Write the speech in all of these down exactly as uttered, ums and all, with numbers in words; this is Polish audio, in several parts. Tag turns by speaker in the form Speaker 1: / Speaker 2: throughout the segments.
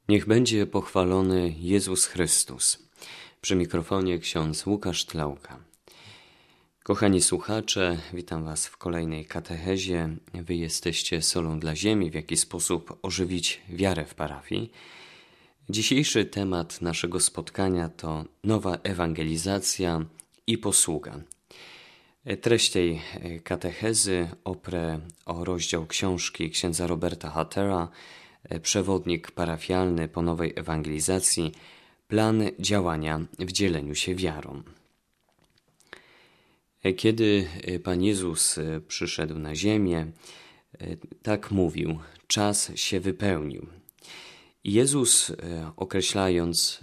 Speaker 1: Niech będzie pochwalony Jezus Chrystus. Przy mikrofonie ksiądz Łukasz Tlałka. Kochani słuchacze, witam Was w kolejnej katechezie. Wy jesteście solą dla ziemi, w jaki sposób ożywić wiarę w parafii. Dzisiejszy temat naszego spotkania to nowa ewangelizacja i posługa. Treść tej katechezy oprę o rozdział książki księdza Roberta Hattera, przewodnik parafialny po nowej ewangelizacji, plan działania w dzieleniu się wiarą. Kiedy Pan Jezus przyszedł na ziemię, tak mówił: czas się wypełnił. Jezus, określając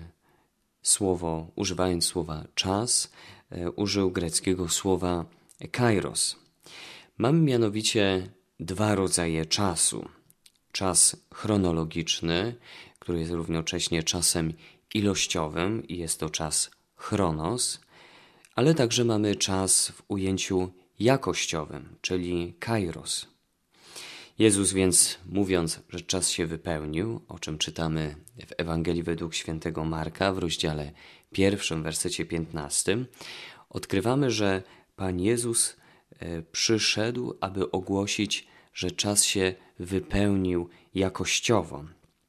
Speaker 1: słowo, używając słowa czas, użył greckiego słowa kairos. Mamy mianowicie dwa rodzaje czasu. Czas chronologiczny, który jest równocześnie czasem ilościowym i jest to czas chronos, ale także mamy czas w ujęciu jakościowym, czyli kairos. Jezus więc, mówiąc, że czas się wypełnił, o czym czytamy w Ewangelii według świętego Marka w rozdziale pierwszym, wersecie piętnastym, odkrywamy, że Pan Jezus przyszedł, aby ogłosić, że czas się wypełnił jakościowo.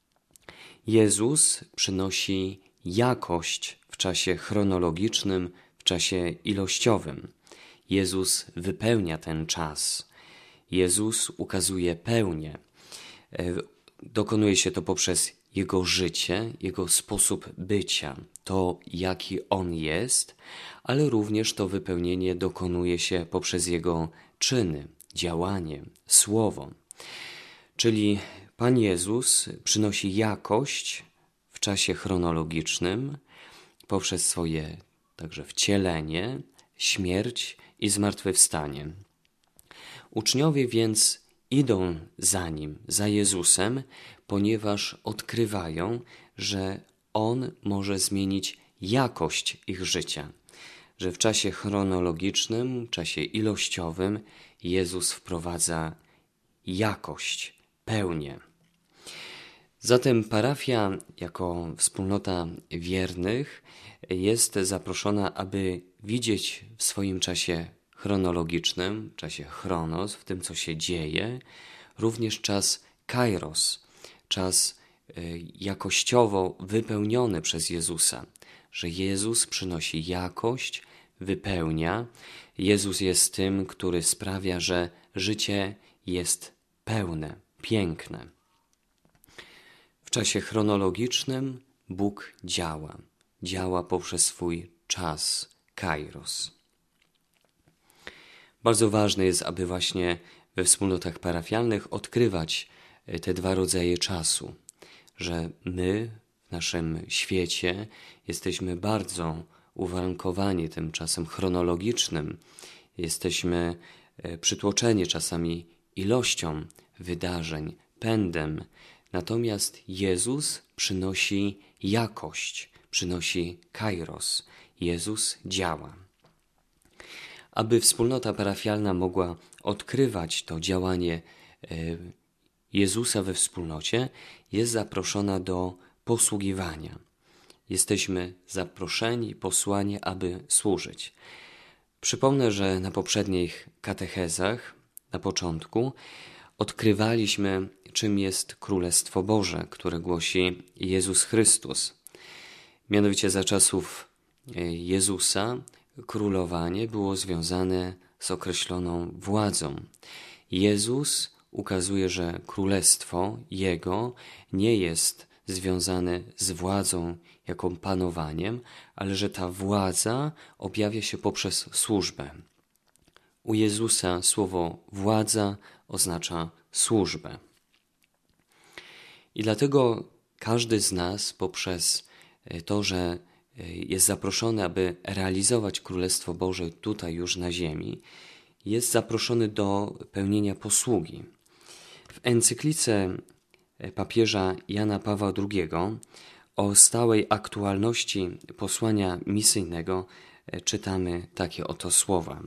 Speaker 1: Jezus przynosi jakość w czasie chronologicznym, w czasie ilościowym. Jezus wypełnia ten czas. Jezus ukazuje pełnię. Dokonuje się to poprzez Jego życie, Jego sposób bycia, to jaki On jest, ale również to wypełnienie dokonuje się poprzez Jego czyny, działanie, słowo. Czyli Pan Jezus przynosi jakość w czasie chronologicznym poprzez swoje także wcielenie, śmierć i zmartwychwstanie. Uczniowie więc idą za Nim, za Jezusem, ponieważ odkrywają, że On może zmienić jakość ich życia, że w czasie chronologicznym, czasie ilościowym Jezus wprowadza jakość, pełnię. Zatem parafia jako wspólnota wiernych jest zaproszona, aby widzieć w swoim czasie chronologicznym, czasie chronos, w tym co się dzieje, również czas kairos, czas jakościowo wypełniony przez Jezusa, że Jezus przynosi jakość, wypełnia. Jezus jest tym, który sprawia, że życie jest pełne, piękne. W czasie chronologicznym Bóg działa. Działa poprzez swój czas, kairos. Bardzo ważne jest, aby właśnie we wspólnotach parafialnych odkrywać te dwa rodzaje czasu, że my w naszym świecie jesteśmy bardzo uwarunkowani tym czasem chronologicznym. Jesteśmy przytłoczeni czasami ilością wydarzeń, pędem. Natomiast Jezus przynosi jakość, przynosi kairos. Jezus działa. Aby wspólnota parafialna mogła odkrywać to działanie Jezusa we wspólnocie, jest zaproszona do posługiwania. Jesteśmy zaproszeni, posłani, aby służyć. Przypomnę, że na poprzednich katechezach, na początku, odkrywaliśmy, czym jest Królestwo Boże, które głosi Jezus Chrystus. Mianowicie za czasów Jezusa królowanie było związane z określoną władzą. Jezus ukazuje, że królestwo Jego nie jest związane z władzą, jaką panowaniem, ale że ta władza objawia się poprzez służbę. U Jezusa słowo władza oznacza służbę. I dlatego każdy z nas poprzez to, że jest zaproszony, aby realizować Królestwo Boże tutaj już na ziemi, jest zaproszony do pełnienia posługi. W encyklice papieża Jana Pawła drugiego o stałej aktualności posłania misyjnego czytamy takie oto słowa.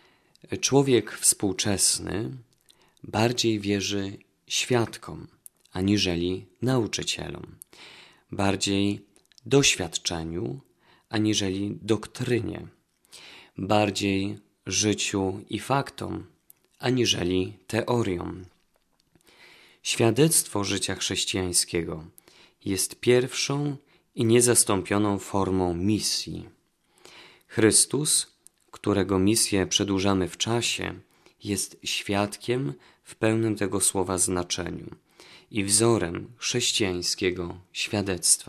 Speaker 1: Człowiek współczesny bardziej wierzy świadkom, aniżeli nauczycielom, bardziej doświadczeniu aniżeli doktrynie, bardziej życiu i faktom aniżeli teoriom. Świadectwo życia chrześcijańskiego jest pierwszą i niezastąpioną formą misji. Chrystus, którego misję przedłużamy w czasie, jest świadkiem w pełnym tego słowa znaczeniu i wzorem chrześcijańskiego świadectwa.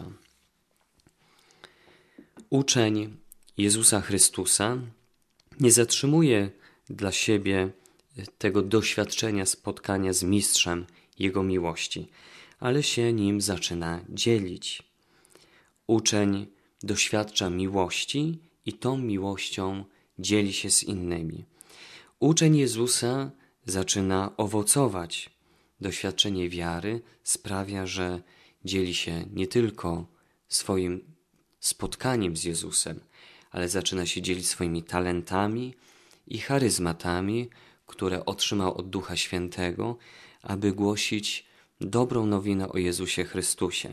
Speaker 1: Uczeń Jezusa Chrystusa nie zatrzymuje dla siebie tego doświadczenia spotkania z Mistrzem Jego miłości, ale się nim zaczyna dzielić. Uczeń doświadcza miłości i tą miłością dzieli się z innymi. Uczeń Jezusa zaczyna owocować. Doświadczenie wiary sprawia, że dzieli się nie tylko swoim spotkaniem z Jezusem, ale zaczyna się dzielić swoimi talentami i charyzmatami, które otrzymał od Ducha Świętego, aby głosić dobrą nowinę o Jezusie Chrystusie.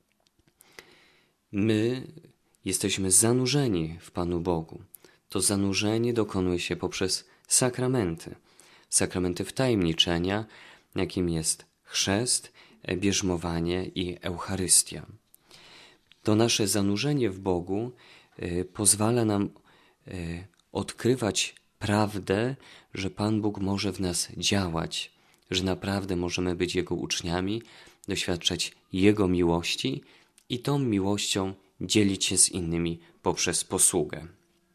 Speaker 1: My jesteśmy zanurzeni w Panu Bogu. To zanurzenie dokonuje się poprzez sakramenty. Sakramenty wtajemniczenia, jakim jest chrzest, bierzmowanie i Eucharystia. To nasze zanurzenie w Bogu y, pozwala nam y, odkrywać prawdę, że Pan Bóg może w nas działać, że naprawdę możemy być Jego uczniami, doświadczać Jego miłości i tą miłością dzielić się z innymi poprzez posługę.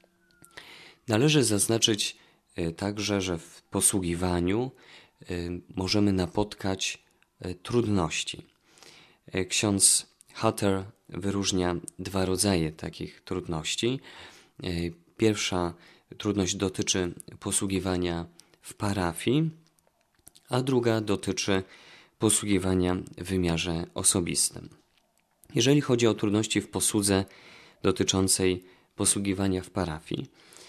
Speaker 1: Należy zaznaczyć y, także, że w posługiwaniu y, możemy napotkać y, trudności. Y, ksiądz Hutter wyróżnia dwa rodzaje takich trudności. Pierwsza trudność dotyczy posługiwania w parafii, a druga dotyczy posługiwania w wymiarze osobistym. Jeżeli chodzi o trudności w posłudze dotyczącej posługiwania w parafii,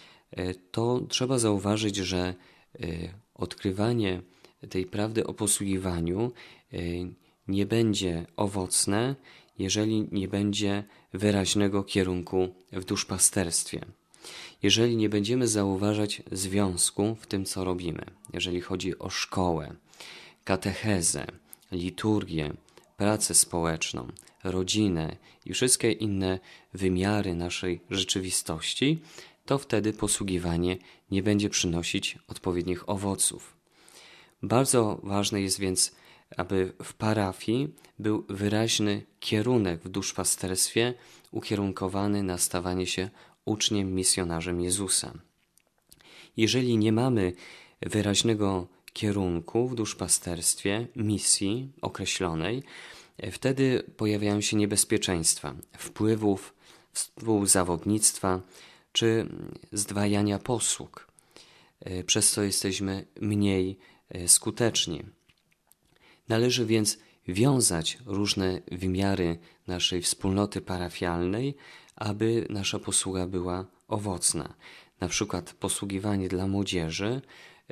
Speaker 1: to trzeba zauważyć, że odkrywanie tej prawdy o posługiwaniu nie będzie owocne, jeżeli nie będzie wyraźnego kierunku w duszpasterstwie. Jeżeli nie będziemy zauważać związku w tym, co robimy, jeżeli chodzi o szkołę, katechezę, liturgię, pracę społeczną, rodzinę i wszystkie inne wymiary naszej rzeczywistości, to wtedy posługiwanie nie będzie przynosić odpowiednich owoców. Bardzo ważne jest więc, aby w parafii był wyraźny kierunek w duszpasterstwie ukierunkowany na stawanie się uczniem, misjonarzem Jezusa. Jeżeli nie mamy wyraźnego kierunku w duszpasterstwie, misji określonej, wtedy pojawiają się niebezpieczeństwa wpływów, współzawodnictwa czy zdwajania posług, przez co jesteśmy mniej skuteczni. Należy więc wiązać różne wymiary naszej wspólnoty parafialnej, aby nasza posługa była owocna. Na przykład posługiwanie dla młodzieży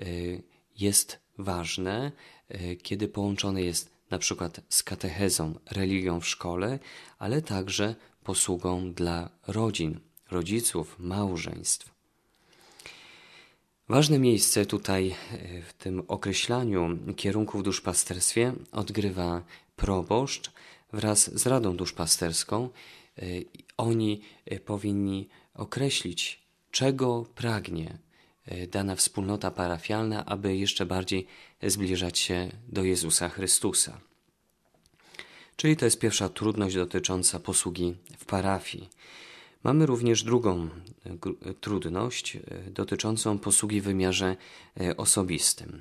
Speaker 1: jest ważne, kiedy połączone jest na przykład z katechezą, religią w szkole, ale także posługą dla rodzin, rodziców, małżeństw. Ważne miejsce tutaj w tym określaniu kierunków w duszpasterstwie odgrywa proboszcz wraz z Radą Duszpasterską. Oni powinni określić, czego pragnie dana wspólnota parafialna, aby jeszcze bardziej zbliżać się do Jezusa Chrystusa. Czyli to jest pierwsza trudność dotycząca posługi w parafii. Mamy również drugą trudność dotyczącą posługi w wymiarze osobistym.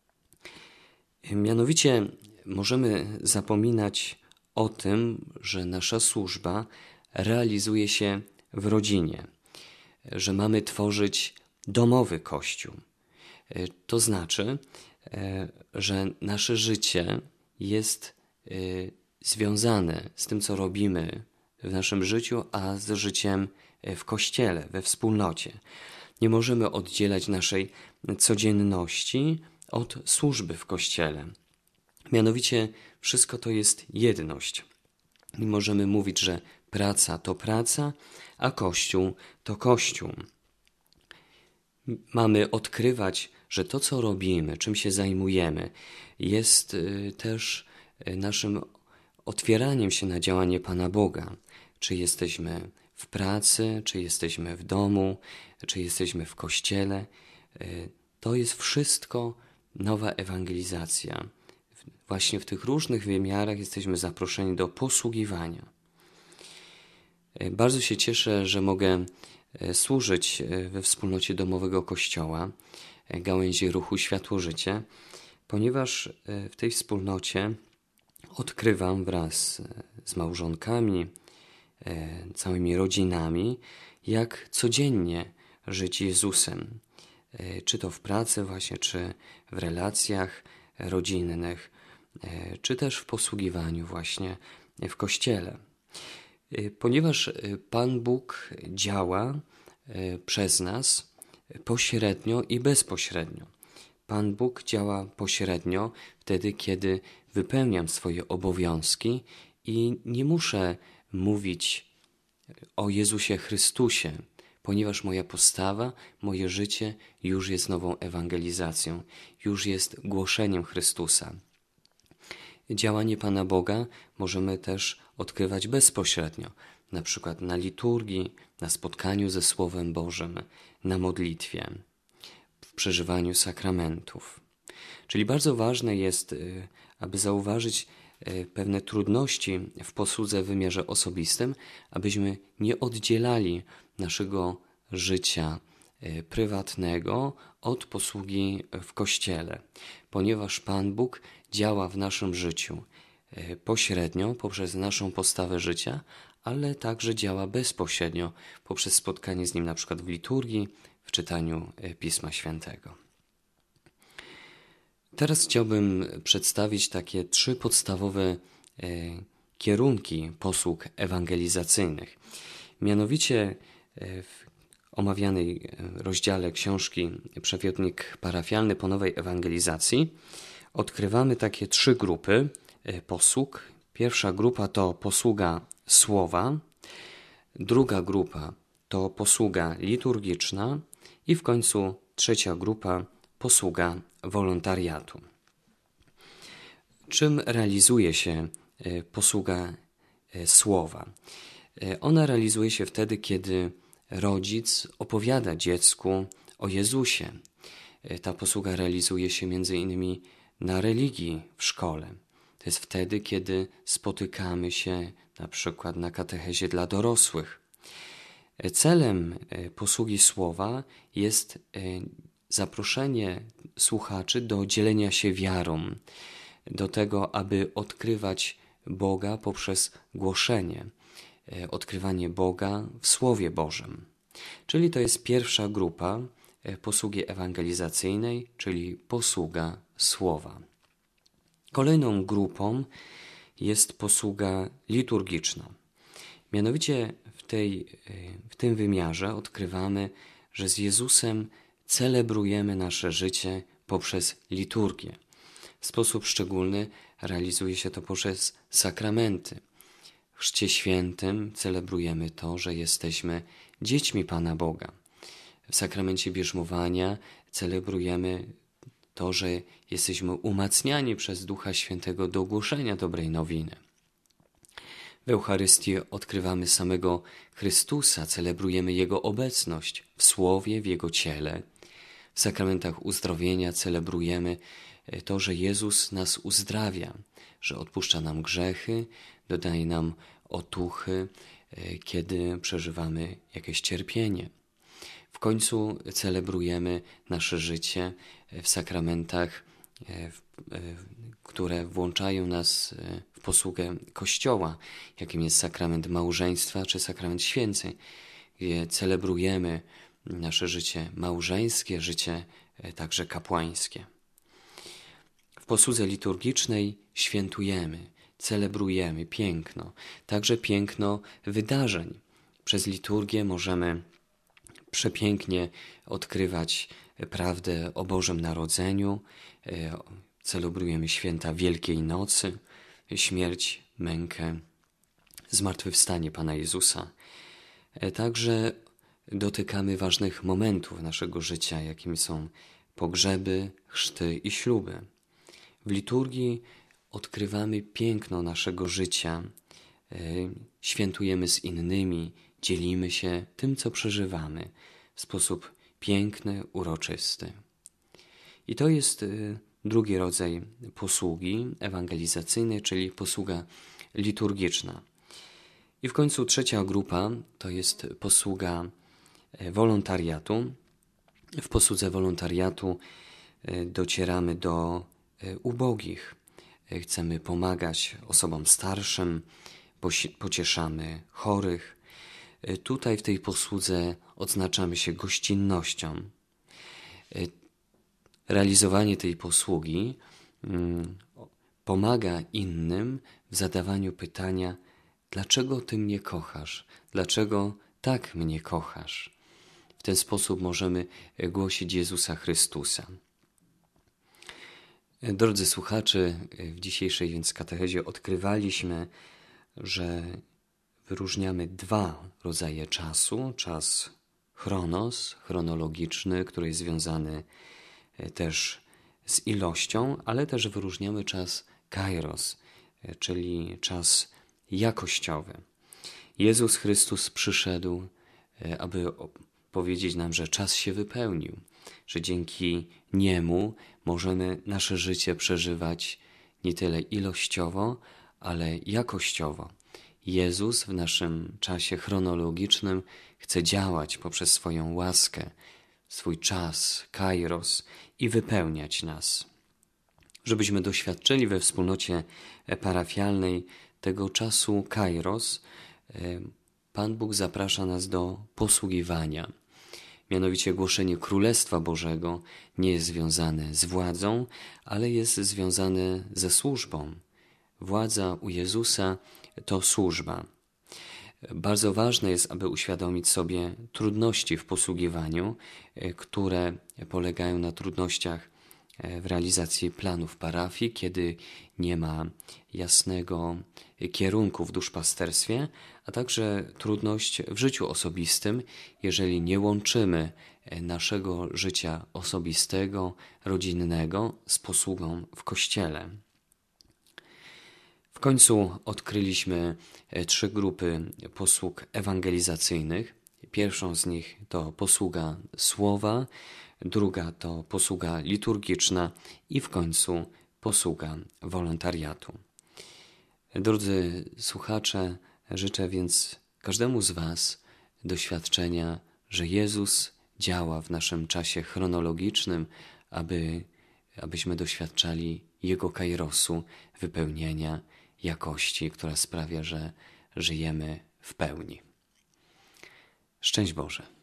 Speaker 1: Mianowicie możemy zapominać o tym, że nasza służba realizuje się w rodzinie, że mamy tworzyć domowy Kościół. To znaczy, że nasze życie jest związane z tym, co robimy w naszym życiu, a z życiem w Kościele, we wspólnocie. Nie możemy oddzielać naszej codzienności od służby w Kościele. Mianowicie wszystko to jest jedność. I możemy mówić, że praca to praca, a Kościół to Kościół. Mamy odkrywać, że to, co robimy, czym się zajmujemy, jest też naszym otwieraniem się na działanie Pana Boga. Czy jesteśmy w pracy, czy jesteśmy w domu, czy jesteśmy w kościele. To jest wszystko nowa ewangelizacja. Właśnie w tych różnych wymiarach jesteśmy zaproszeni do posługiwania. Bardzo się cieszę, że mogę służyć we wspólnocie domowego Kościoła, gałęzi ruchu Światło-Życie, ponieważ w tej wspólnocie odkrywam wraz z małżonkami, całymi rodzinami, jak codziennie żyć Jezusem. Czy to w pracy właśnie, czy w relacjach rodzinnych, czy też w posługiwaniu właśnie w Kościele. Ponieważ Pan Bóg działa przez nas pośrednio i bezpośrednio. Pan Bóg działa pośrednio wtedy, kiedy wypełniam swoje obowiązki i nie muszę mówić o Jezusie Chrystusie, ponieważ moja postawa, moje życie już jest nową ewangelizacją, już jest głoszeniem Chrystusa. Działanie Pana Boga możemy też odkrywać bezpośrednio, na przykład na liturgii, na spotkaniu ze Słowem Bożym, na modlitwie, w przeżywaniu sakramentów. Czyli bardzo ważne jest, aby zauważyć pewne trudności w posłudze w wymiarze osobistym, abyśmy nie oddzielali naszego życia prywatnego od posługi w Kościele, ponieważ Pan Bóg działa w naszym życiu pośrednio poprzez naszą postawę życia, ale także działa bezpośrednio poprzez spotkanie z Nim na przykład w liturgii, w czytaniu Pisma Świętego. Teraz chciałbym przedstawić takie trzy podstawowe kierunki posług ewangelizacyjnych. Mianowicie w omawianej rozdziale książki Przewodnik parafialny po nowej ewangelizacji odkrywamy takie trzy grupy posług. Pierwsza grupa to posługa słowa, druga grupa to posługa liturgiczna i w końcu trzecia grupa posługa wolontariatu. Czym realizuje się posługa słowa? Ona realizuje się wtedy, kiedy rodzic opowiada dziecku o Jezusie. Ta posługa realizuje się między innymi na religii w szkole. To jest wtedy, kiedy spotykamy się na przykład na katechezie dla dorosłych. Celem posługi słowa jest zaproszenie słuchaczy do dzielenia się wiarą, do tego, aby odkrywać Boga poprzez głoszenie, odkrywanie Boga w Słowie Bożym. Czyli to jest pierwsza grupa posługi ewangelizacyjnej, czyli posługa słowa. Kolejną grupą jest posługa liturgiczna. Mianowicie w, tej, w tym wymiarze odkrywamy, że z Jezusem celebrujemy nasze życie poprzez liturgię. W sposób szczególny realizuje się to poprzez sakramenty. W Chrzcie Świętym celebrujemy to, że jesteśmy dziećmi Pana Boga. W sakramencie bierzmowania celebrujemy to, że jesteśmy umacniani przez Ducha Świętego do głoszenia dobrej nowiny. W Eucharystii odkrywamy samego Chrystusa, celebrujemy Jego obecność w Słowie, w Jego ciele. W sakramentach uzdrowienia celebrujemy to, że Jezus nas uzdrawia, że odpuszcza nam grzechy, dodaje nam otuchy, kiedy przeżywamy jakieś cierpienie. W końcu celebrujemy nasze życie w sakramentach, które włączają nas w posługę Kościoła, jakim jest sakrament małżeństwa czy sakrament święceń, gdzie celebrujemy nasze życie małżeńskie, życie także kapłańskie. W posłudze liturgicznej świętujemy, celebrujemy piękno, także piękno wydarzeń. Przez liturgię możemy przepięknie odkrywać prawdę o Bożym Narodzeniu, celebrujemy święta Wielkiej Nocy, śmierć, mękę, zmartwychwstanie Pana Jezusa. Także dotykamy ważnych momentów naszego życia, jakimi są pogrzeby, chrzty i śluby. W liturgii odkrywamy piękno naszego życia, świętujemy z innymi, dzielimy się tym, co przeżywamy w sposób piękny, uroczysty. I to jest drugi rodzaj posługi ewangelizacyjnej, czyli posługa liturgiczna. I w końcu trzecia grupa to jest posługa wolontariatu. W posłudze wolontariatu docieramy do ubogich. Chcemy pomagać osobom starszym, pocieszamy chorych. Tutaj w tej posłudze odznaczamy się gościnnością. Realizowanie tej posługi pomaga innym w zadawaniu pytania: dlaczego Ty mnie kochasz? Dlaczego tak mnie kochasz? W ten sposób możemy głosić Jezusa Chrystusa. Drodzy słuchacze, w dzisiejszej więc katechezie odkrywaliśmy, że wyróżniamy dwa rodzaje czasu. Czas chronos, chronologiczny, który jest związany też z ilością, ale też wyróżniamy czas kairos, czyli czas jakościowy. Jezus Chrystus przyszedł, aby powiedzieć nam, że czas się wypełnił, że dzięki Niemu możemy nasze życie przeżywać nie tyle ilościowo, ale jakościowo. Jezus w naszym czasie chronologicznym chce działać poprzez swoją łaskę, swój czas, kairos i wypełniać nas. Żebyśmy doświadczyli we wspólnocie parafialnej tego czasu kairos, Pan Bóg zaprasza nas do posługiwania. Mianowicie głoszenie Królestwa Bożego nie jest związane z władzą, ale jest związane ze służbą. Władza u Jezusa to służba. Bardzo ważne jest, aby uświadomić sobie trudności w posługiwaniu, które polegają na trudnościach w realizacji planów parafii, kiedy nie ma jasnego kierunku w duszpasterstwie, a także trudność w życiu osobistym, jeżeli nie łączymy naszego życia osobistego, rodzinnego z posługą w Kościele. W końcu odkryliśmy trzy grupy posług ewangelizacyjnych. Pierwszą z nich to posługa słowa, druga to posługa liturgiczna i w końcu posługa wolontariatu. Drodzy słuchacze, życzę więc każdemu z Was doświadczenia, że Jezus działa w naszym czasie chronologicznym, aby, abyśmy doświadczali Jego kairosu, wypełnienia, jakości, która sprawia, że żyjemy w pełni. Szczęść Boże.